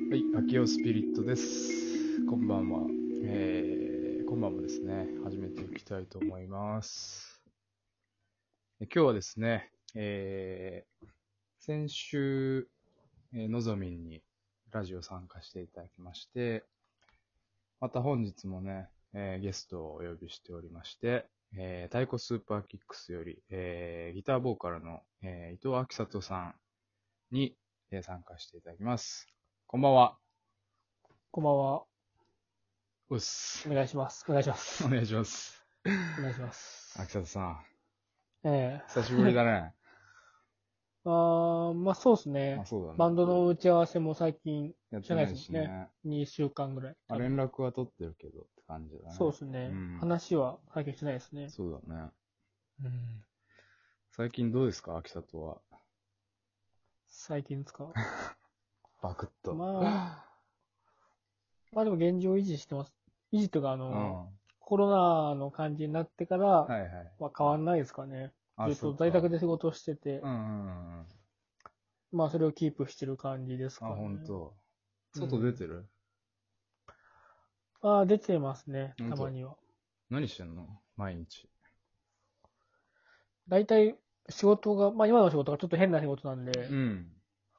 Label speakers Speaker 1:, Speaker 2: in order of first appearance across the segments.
Speaker 1: はい、秋代スピリットです。こんばんは。こんばんはですね、始めていきたいと思います。今日はですね、先週、のぞみんにラジオ参加していただきまして、また本日もね、ゲストをお呼びしておりまして、太鼓スーパーキックスより、ギターボーカルの、伊藤明里さんに、参加していただきます。こんばんは。
Speaker 2: こんばんは。
Speaker 1: うっす。
Speaker 2: お願いします。お願いします。
Speaker 1: お願いします。
Speaker 2: お願いします。
Speaker 1: 秋里さん、
Speaker 2: え
Speaker 1: 久しぶりだね。
Speaker 2: まあそうです
Speaker 1: あ、
Speaker 2: ね。
Speaker 1: そうだね。
Speaker 2: バンドの打ち合わせも最近してない
Speaker 1: やってない
Speaker 2: ですもんね。
Speaker 1: しね。
Speaker 2: 2週間ぐらい。
Speaker 1: あ、連絡は取ってるけどって感じだね。
Speaker 2: そうですね。
Speaker 1: うん。
Speaker 2: 話は最近してないですね。
Speaker 1: そうだね。
Speaker 2: うん。
Speaker 1: 最近どうですか、秋里は。
Speaker 2: 最近ですか。
Speaker 1: バクッと。
Speaker 2: まあでも現状維持してます。維持というか
Speaker 1: うん。は
Speaker 2: コロナの感じになってから
Speaker 1: いはい。
Speaker 2: は変わんないですかね。
Speaker 1: あ、
Speaker 2: ずっと
Speaker 1: そっか。
Speaker 2: 在宅で仕事してて、
Speaker 1: うんうんうん。
Speaker 2: まあそれをキープしてる感じです
Speaker 1: あ、
Speaker 2: かね。
Speaker 1: ほんと。外出
Speaker 2: うん。
Speaker 1: てる？
Speaker 2: 出てますね。
Speaker 1: ほんと。
Speaker 2: たまには。
Speaker 1: 何してんの毎日。
Speaker 2: 大体仕事が、まあ今の仕事がちょっと変な仕事なんで、
Speaker 1: うん。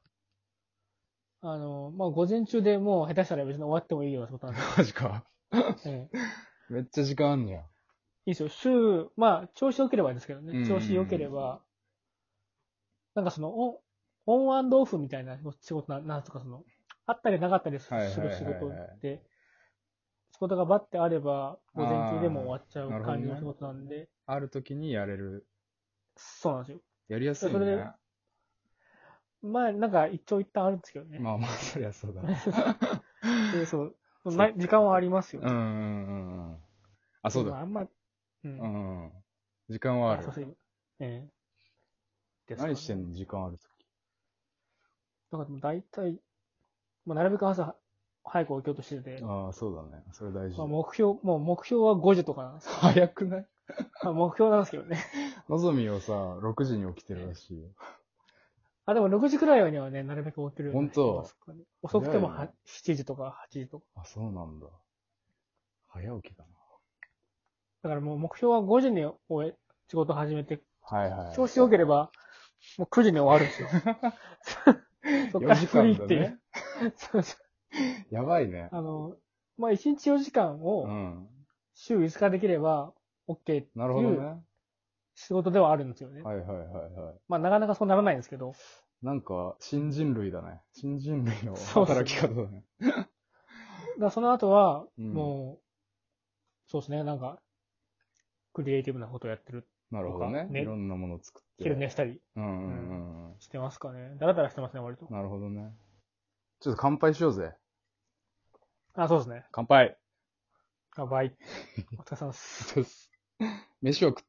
Speaker 2: まあ午前中でもう下手したら別に終わってもいいような仕事なんですよ。
Speaker 1: マジか。
Speaker 2: ええ。
Speaker 1: めっちゃ時間あんじゃん。
Speaker 2: いいですよ。まあ調子良ければですけどね。
Speaker 1: うんうんうん。
Speaker 2: 調子良ければ、なんかオンオフみたいな仕事なんとかあったりなかったり
Speaker 1: はいはいはい
Speaker 2: する仕事
Speaker 1: はい。
Speaker 2: で、仕事がバッてあれば、午前中でも終
Speaker 1: あ
Speaker 2: わっちゃ
Speaker 1: あ、
Speaker 2: う
Speaker 1: なるほどね。
Speaker 2: 感じの仕事なんで、
Speaker 1: ある時にやれる。
Speaker 2: そうなんですよ。
Speaker 1: やりやすいね。
Speaker 2: それで、まあなんか一長一短あるんですけどね。
Speaker 1: まあまあ、そりゃそうだ。
Speaker 2: で、そう、
Speaker 1: そっ
Speaker 2: 時間はあ
Speaker 1: か。
Speaker 2: りますよ。
Speaker 1: うんうんうんうん。あ、そうだ。
Speaker 2: でもあんま、うん。
Speaker 1: うんうん。時間はあ
Speaker 2: あ、そ
Speaker 1: る。
Speaker 2: うそう。ええですかね。
Speaker 1: 何してんの時間あるとき。
Speaker 2: だから大体、まあ、なるべく朝早く起きようとしてて、
Speaker 1: ああ、そうだね。それ大
Speaker 2: まあ、
Speaker 1: 事。
Speaker 2: もう目標は5時とかなんですけど、
Speaker 1: 早くない？
Speaker 2: まあ、目標なんですけどね。
Speaker 1: のぞみをさ、6時に起きてるらしいよ。
Speaker 2: でも6時くらいにはね、なるべく起きるようにしてま
Speaker 1: ほんと、
Speaker 2: すかね。遅くても
Speaker 1: 早いね。
Speaker 2: 7時とか8時とか。
Speaker 1: あ、そうなんだ。早起きだな。
Speaker 2: だからもう目標は5時に仕事始めて、
Speaker 1: はいはい。
Speaker 2: 調子良ければ、もう9時に終わるんですよ。そっか
Speaker 1: 4
Speaker 2: らフリ
Speaker 1: 時間だ
Speaker 2: ーっていう。
Speaker 1: ね。
Speaker 2: そうそう
Speaker 1: やばいね。
Speaker 2: まあ1日4時間を
Speaker 1: うん。
Speaker 2: 週5日できれば OK って
Speaker 1: なる
Speaker 2: いう
Speaker 1: ほどね。
Speaker 2: 仕事ではあるんですよね。
Speaker 1: はいはいはいはい。
Speaker 2: まあなかなかそうならないんですけど。
Speaker 1: なんか、新人類だね。新人類の
Speaker 2: そうっすね。
Speaker 1: 働き方だね。
Speaker 2: その後は、
Speaker 1: うん。
Speaker 2: もう、そうですね、なんか、クリエイティブなことをやってるとか、
Speaker 1: なるほどね。いろんなものを作って。
Speaker 2: 昼寝したり、
Speaker 1: うんう
Speaker 2: うん、
Speaker 1: んうんうん。
Speaker 2: してますかね。だらだらしてますね、割と。
Speaker 1: なるほどね。ちょっと乾杯しようぜ。
Speaker 2: そうですね。
Speaker 1: 乾杯。
Speaker 2: バイ。お疲れ様です。
Speaker 1: 飯を食った？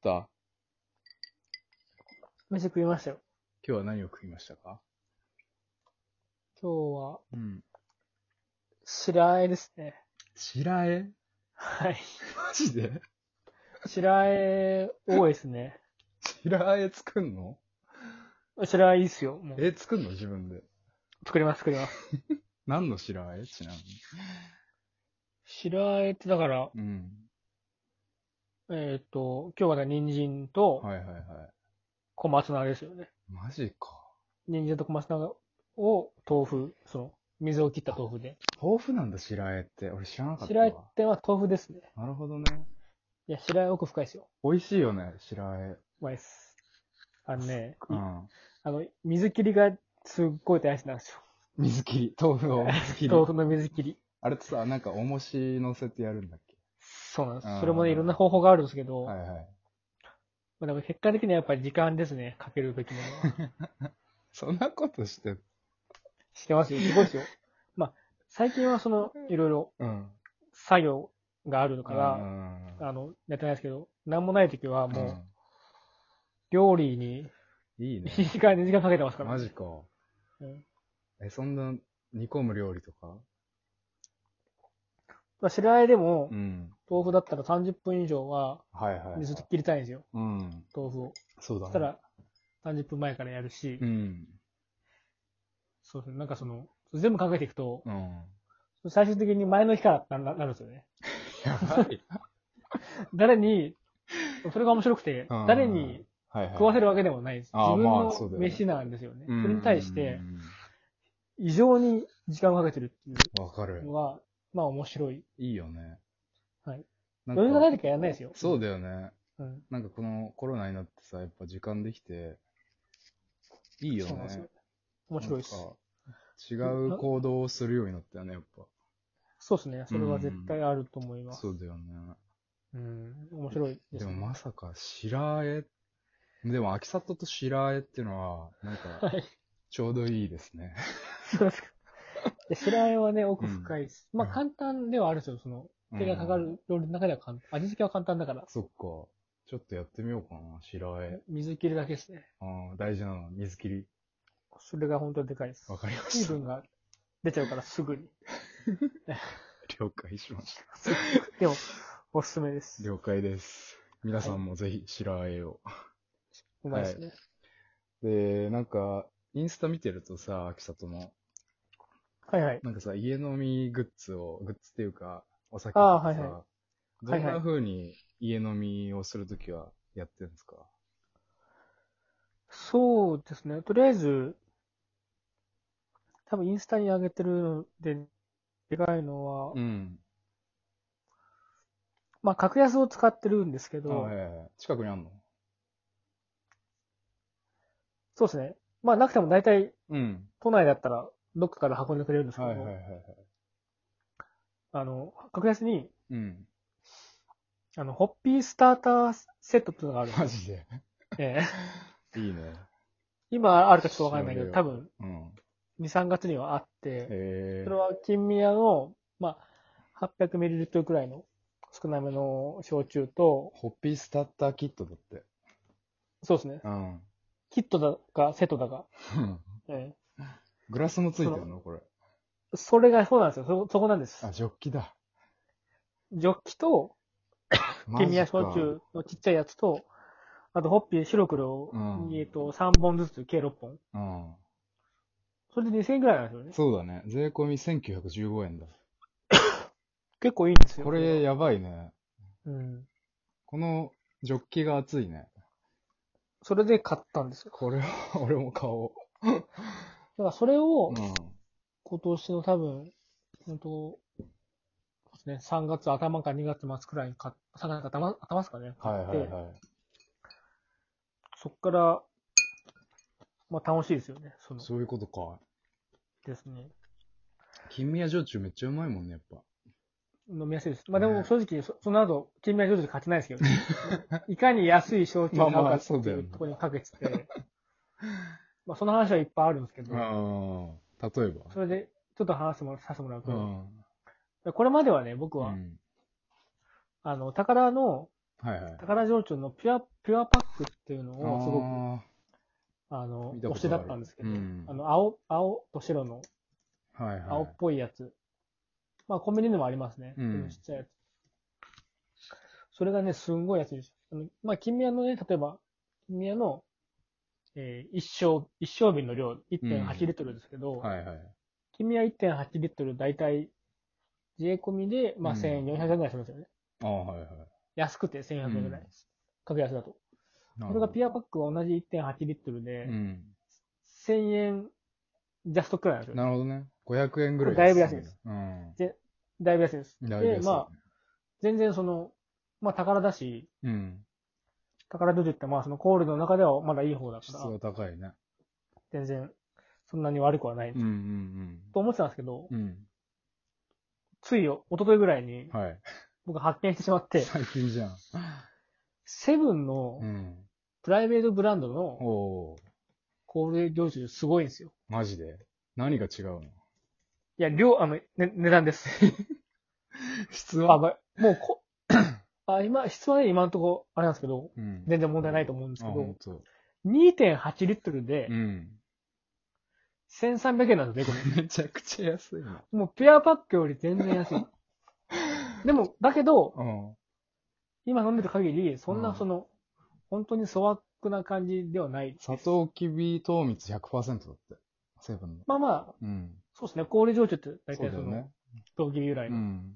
Speaker 2: 飯食いましたよ。
Speaker 1: 今日は何を食いましたか？
Speaker 2: 今日は、
Speaker 1: うん。
Speaker 2: 白あえですね。
Speaker 1: 白あえ？
Speaker 2: はい。
Speaker 1: マジで？
Speaker 2: 白あえ多いですね。
Speaker 1: 白あえ作んの？
Speaker 2: 白あえいいっすよ。もう、
Speaker 1: 作んの自分で。
Speaker 2: 作ります。
Speaker 1: 何の白あえちなみに。
Speaker 2: 白あえってだから、
Speaker 1: うん。
Speaker 2: 今日はね、人参と
Speaker 1: はいはいはい。
Speaker 2: 小松菜ですよね。
Speaker 1: マジか。
Speaker 2: 人参と小松菜を豆腐、水を切った
Speaker 1: あ、
Speaker 2: 豆腐で。
Speaker 1: 豆腐なんだ、白あえって。俺知らなかっ
Speaker 2: 白あえっ
Speaker 1: たわ。
Speaker 2: ては豆腐ですね。
Speaker 1: なるほどね。
Speaker 2: いや、白あえ奥深いですよ。
Speaker 1: 美味しいよね、白あえ。
Speaker 2: うまいっす。あのね、
Speaker 1: うん。
Speaker 2: 水切りがすっごい大事なんですよ。
Speaker 1: 水切り。豆腐を水切り。
Speaker 2: 豆腐の水切り。
Speaker 1: あれってさ、なんか重し乗せてやるんだっけ？
Speaker 2: そうなんです。それもね、いろんな
Speaker 1: あ
Speaker 2: 方法があるんですけ
Speaker 1: あ、は
Speaker 2: ど、
Speaker 1: いはい。
Speaker 2: でも結果的にはやっぱり時間ですね、かけるべきものは。
Speaker 1: そんなことして、
Speaker 2: してますよ。すごいですよ。まあ、最近はいろいろ
Speaker 1: うん。
Speaker 2: 作業がある
Speaker 1: う
Speaker 2: から、
Speaker 1: ん。
Speaker 2: やってないですけど、なんもない時は
Speaker 1: うん。
Speaker 2: もう、料理に
Speaker 1: いいね。
Speaker 2: 1時間、2時間かけてますからね。
Speaker 1: マジか。
Speaker 2: うん。
Speaker 1: そんな煮込む料理とか？
Speaker 2: まあ、白あえでも、
Speaker 1: うん。
Speaker 2: 豆腐だったら30分以上は
Speaker 1: はいはいはい。
Speaker 2: 水切りたいんですよ。
Speaker 1: うん。
Speaker 2: 豆腐を。
Speaker 1: そうだね。
Speaker 2: そしたら30分前からやるし、
Speaker 1: うん。
Speaker 2: そうですね。なんか全部考えていくと、
Speaker 1: うん。
Speaker 2: 最終的に前の日からなるんですよね。
Speaker 1: やばい。
Speaker 2: 誰に、それが面白くて、
Speaker 1: うん。
Speaker 2: 誰に
Speaker 1: はいはい。
Speaker 2: 食わせるわけでもないです。
Speaker 1: ああ、まあ、
Speaker 2: 自分の
Speaker 1: そうだよね。
Speaker 2: 飯なんですよね。
Speaker 1: うん。
Speaker 2: それに対して、
Speaker 1: うん
Speaker 2: 異常に時間をかけてるってい
Speaker 1: わかる
Speaker 2: うの。が、まあ面白い。
Speaker 1: いいよね。
Speaker 2: はい。
Speaker 1: なん
Speaker 2: 余裕がない
Speaker 1: か、
Speaker 2: 時はやんないですよ。
Speaker 1: そうだよね。
Speaker 2: うん。
Speaker 1: なんかこのコロナになってさ、やっぱ時間できて、いいよね。
Speaker 2: そうなんですよ。面
Speaker 1: なんか、
Speaker 2: 白いです。
Speaker 1: 違う行動をするようになったよね、やっぱ。
Speaker 2: そうですね。
Speaker 1: う
Speaker 2: それは絶
Speaker 1: ん。
Speaker 2: 対あると思います。
Speaker 1: そうだよね。
Speaker 2: うん。面白いで
Speaker 1: でも
Speaker 2: すね。
Speaker 1: まさか白あえ、でも秋里と白あえっていうのは、なんか、
Speaker 2: はい。
Speaker 1: ちょうどいいですね。
Speaker 2: そうですか。で白あえはね、奥
Speaker 1: うん
Speaker 2: 深いです。まあ簡単ではあるんですよ。手がかかる料理の中では簡単。味付けは簡単だから。
Speaker 1: そっか。ちょっとやってみようかな、白あえ。
Speaker 2: 水切りだけですね。
Speaker 1: 大事なのは水切り。
Speaker 2: それが本当にでかいです。
Speaker 1: わかりました。
Speaker 2: 水分が出ちゃうからすぐに。
Speaker 1: 了解しました。
Speaker 2: でも、おすすめです。
Speaker 1: 了解です。皆さんもぜひ白あえを。
Speaker 2: うまいですね。
Speaker 1: で、なんか、インスタ見てるとさ、秋里の、
Speaker 2: はいはい。
Speaker 1: なんかさ、家飲みグッズっていうか、お酒
Speaker 2: ああ、
Speaker 1: とかさ、
Speaker 2: はいはい。
Speaker 1: どんな
Speaker 2: はいはい。
Speaker 1: 風に家飲みをするときはやってるんですか？
Speaker 2: そうですね。とりあえず、多分インスタに上げてるので、でかいのは、
Speaker 1: うん。
Speaker 2: まあ、格安を使ってるんですけ
Speaker 1: はい
Speaker 2: ど、
Speaker 1: はいはい。近くにあんの？
Speaker 2: そうですね。まあ、なくても大体、
Speaker 1: うん。
Speaker 2: 都内だったら、どっかから運んでくれるんですけど、
Speaker 1: はいはいはいはい。
Speaker 2: 格安に、
Speaker 1: うん。
Speaker 2: ホッピースターターセットっていうのがあるんですよ。
Speaker 1: マジで。
Speaker 2: ええ
Speaker 1: いいね。
Speaker 2: 今あるかちょっとわかんないけど、
Speaker 1: 調べよ
Speaker 2: 多分、
Speaker 1: う。うん。
Speaker 2: 2、3月にはあって、それ
Speaker 1: へ
Speaker 2: は金宮の、まあ、800ml くらいの少なめの焼酎と、
Speaker 1: ホッピースターターキットだって。
Speaker 2: そうですね。
Speaker 1: うん。
Speaker 2: キットだか、セットだか。ええ
Speaker 1: グラスもつい
Speaker 2: その、
Speaker 1: てるのこれ？
Speaker 2: それがそうなんですよ。そこなんで
Speaker 1: あ、
Speaker 2: す。
Speaker 1: ジョッキだ。
Speaker 2: ジョッキと、
Speaker 1: マ
Speaker 2: 金宮
Speaker 1: ジか。
Speaker 2: 焼酎のちっちゃいやつと、あとホッピー白黒
Speaker 1: うん。
Speaker 2: に、3本ずつ計6本。
Speaker 1: うん。
Speaker 2: それで2000円くらいなんですよね。
Speaker 1: そうだね。税込み1915円だ。
Speaker 2: 結構いいんですよ、それが。
Speaker 1: これやばいね。
Speaker 2: うん。
Speaker 1: このジョッキが熱いね。
Speaker 2: それで買ったんですよ。
Speaker 1: これは俺も買おう。
Speaker 2: だからそれを、
Speaker 1: うん。
Speaker 2: 今年の多分、そうですね、3月頭か2月末くらいに買っ、3月頭ですかね、買っ
Speaker 1: はいはい
Speaker 2: て、
Speaker 1: はい。
Speaker 2: そっから、まあ楽しいですよね、
Speaker 1: そういうことか。
Speaker 2: ですね。
Speaker 1: 金宮焼酎めっちゃうまいもんね、やっぱ。
Speaker 2: 飲みやすいです。まあでも
Speaker 1: ね
Speaker 2: 正直、その後、金宮焼酎勝てないですけどね。いかに安い焼酎を買う
Speaker 1: まあまあ
Speaker 2: かって
Speaker 1: そうだよね
Speaker 2: いうところにかけてて、まあその話はいっぱいあるんですけど、
Speaker 1: ああ、例えば。
Speaker 2: それでちょっとさせてもらう
Speaker 1: う
Speaker 2: と、
Speaker 1: ん。
Speaker 2: これまではね、僕は、
Speaker 1: うん。はいはい。
Speaker 2: 宝焼酎のピュアパックっていうのをすごく、
Speaker 1: ああ、見た
Speaker 2: 推しだっ
Speaker 1: ことある。
Speaker 2: たんですけど、
Speaker 1: うん。
Speaker 2: 青と白の青っ
Speaker 1: はいはい。
Speaker 2: ぽいやつ。まあコンビニでもありますね。
Speaker 1: うん。
Speaker 2: ちっちゃいやつ。それがね、すんごい安いです。まあ、金宮のね、例えば、金宮の、一升瓶の量、1.8リットルですけど、
Speaker 1: はいはい。
Speaker 2: 金宮1.8リットル、だいたい、税込みで、まあ、
Speaker 1: うん。
Speaker 2: 1400円ぐらいするんですよね。
Speaker 1: ああ、はいはい。
Speaker 2: 安くて1400円ぐらいです。格安だと。それが
Speaker 1: なるほど。
Speaker 2: ピアパックは同じ1.8リットルで、
Speaker 1: うん。
Speaker 2: 1000円ジャストくらいなんですよね。
Speaker 1: なるほどね。500円ぐ
Speaker 2: これ
Speaker 1: らいで済むんだ。
Speaker 2: だいぶ安いです。
Speaker 1: うん。
Speaker 2: だいぶ安いです。で、
Speaker 1: だいぶ安いね。
Speaker 2: まあ、全然まあ、宝だし、
Speaker 1: うん。
Speaker 2: 宝どじってまあ、そのコールの中ではまだいい方だから、
Speaker 1: 質は高いね。
Speaker 2: 全然、そんなに悪くはないんですよ。
Speaker 1: うんうん
Speaker 2: と思ってたんですけど、
Speaker 1: うん。うん。
Speaker 2: つい一昨日ぐらいに
Speaker 1: はい。
Speaker 2: 僕発見してしまって、
Speaker 1: 最近じゃん。
Speaker 2: セブンの
Speaker 1: うん。
Speaker 2: プライベートブランドの
Speaker 1: おー。
Speaker 2: コール焼酎すごいんですよ。
Speaker 1: マジで何が違うの？
Speaker 2: いや、値段です。あ、
Speaker 1: 質は？
Speaker 2: もう質はね、今のところ、あれなんですけど、
Speaker 1: うん。
Speaker 2: 全然問題ないと思うんです
Speaker 1: あ、
Speaker 2: けど、
Speaker 1: ほんと。
Speaker 2: 2.8リットルで
Speaker 1: うん。
Speaker 2: 1300円なんですよね、
Speaker 1: めちゃくちゃ安いな。
Speaker 2: もうピュアパックより全然安い。でも、だけど、
Speaker 1: うん。
Speaker 2: 今飲んでる限り、そんな
Speaker 1: うん
Speaker 2: 本当に粗悪な感じではない
Speaker 1: サ
Speaker 2: です。
Speaker 1: トウキビ糖蜜100%だって。 セブンの。
Speaker 2: まあまあ、
Speaker 1: うん。
Speaker 2: そうですね。氷焼酎って大体その、
Speaker 1: そうだよね。
Speaker 2: 陶器由来の。
Speaker 1: うん。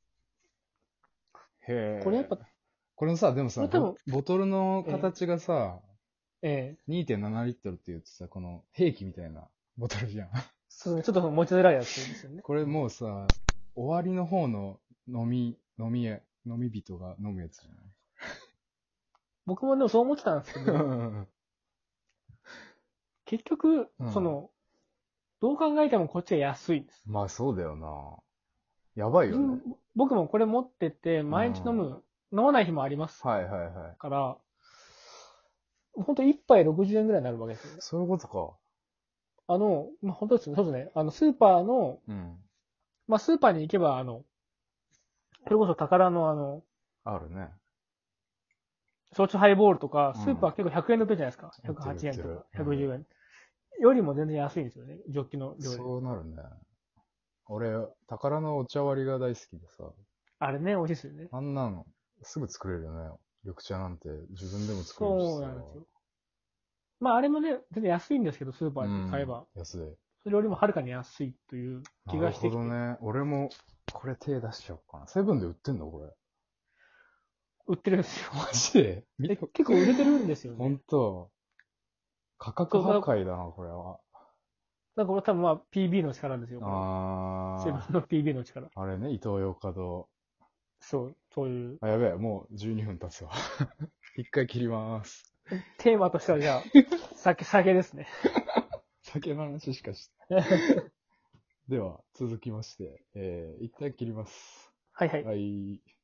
Speaker 1: へえ。
Speaker 2: これやっぱ、
Speaker 1: これさ、でもさ、
Speaker 2: これ多分
Speaker 1: ボトルの形がさ、
Speaker 2: ええ
Speaker 1: 2.7 リットルって言うとさ、この兵器みたいなボトルじゃん。
Speaker 2: そうね、ちょっと持ちづらいやつですよね。
Speaker 1: これもうさ、終わりの方の飲み人が飲むやつじゃ
Speaker 2: 僕もでもそう思ってたんですけど、
Speaker 1: ない
Speaker 2: 結局
Speaker 1: う、ん
Speaker 2: その、どう考えてもこっちが安いです。
Speaker 1: まあそうだよな。やばいよね。
Speaker 2: 僕もこれ持ってて、毎日飲まない日もあります
Speaker 1: はいはいはい。
Speaker 2: から、本当一杯60円ぐらいになるわけですよね。
Speaker 1: そういうことか。
Speaker 2: まあ、本当ですね、そうですね。スーパーの、
Speaker 1: うん。
Speaker 2: まあ、スーパーに行けば、それこそ宝の
Speaker 1: あるね。
Speaker 2: 焼酎ハイボールとか、
Speaker 1: うん
Speaker 2: スーパー結構100円で売ってるじゃないですか。
Speaker 1: 売ってる
Speaker 2: 108円とか、
Speaker 1: 売ってる
Speaker 2: 110円。よりも全然安いんですよね。ジョッキの量で。
Speaker 1: そうなるね。俺、宝のお茶割りが大好きでさ、
Speaker 2: あれね、美味しいですよね。
Speaker 1: あんなのすぐ作れるよね。緑茶なんて自分でも作れるしさ。
Speaker 2: そうなんですよ。まあ、あれもね、全然安いんですけど、スーパ
Speaker 1: う
Speaker 2: ーで買えば。
Speaker 1: ん。安い。
Speaker 2: それよりもはるかに安いという気
Speaker 1: なる
Speaker 2: がしてきて。
Speaker 1: ほどね。俺もこれ手出しちゃおうかな。セブンで売ってんのこれ。
Speaker 2: 売ってるんですよ。
Speaker 1: マジで
Speaker 2: 結構売れてるんですよ
Speaker 1: ほん
Speaker 2: ね。
Speaker 1: と。価格破壊だな、これは。
Speaker 2: だからこれ多分まあ PB の力ですよ、これは。セブ
Speaker 1: あ
Speaker 2: ンの PB の力。
Speaker 1: あれね、伊東洋華堂。
Speaker 2: そういう。
Speaker 1: あ、やべえ、もう12分経つわ。一回切ります。
Speaker 2: テーマとしてはじゃあ、酒ですね。
Speaker 1: 酒の話しかしてない。では、続きまして、一旦切ります。
Speaker 2: はいはい。
Speaker 1: はい。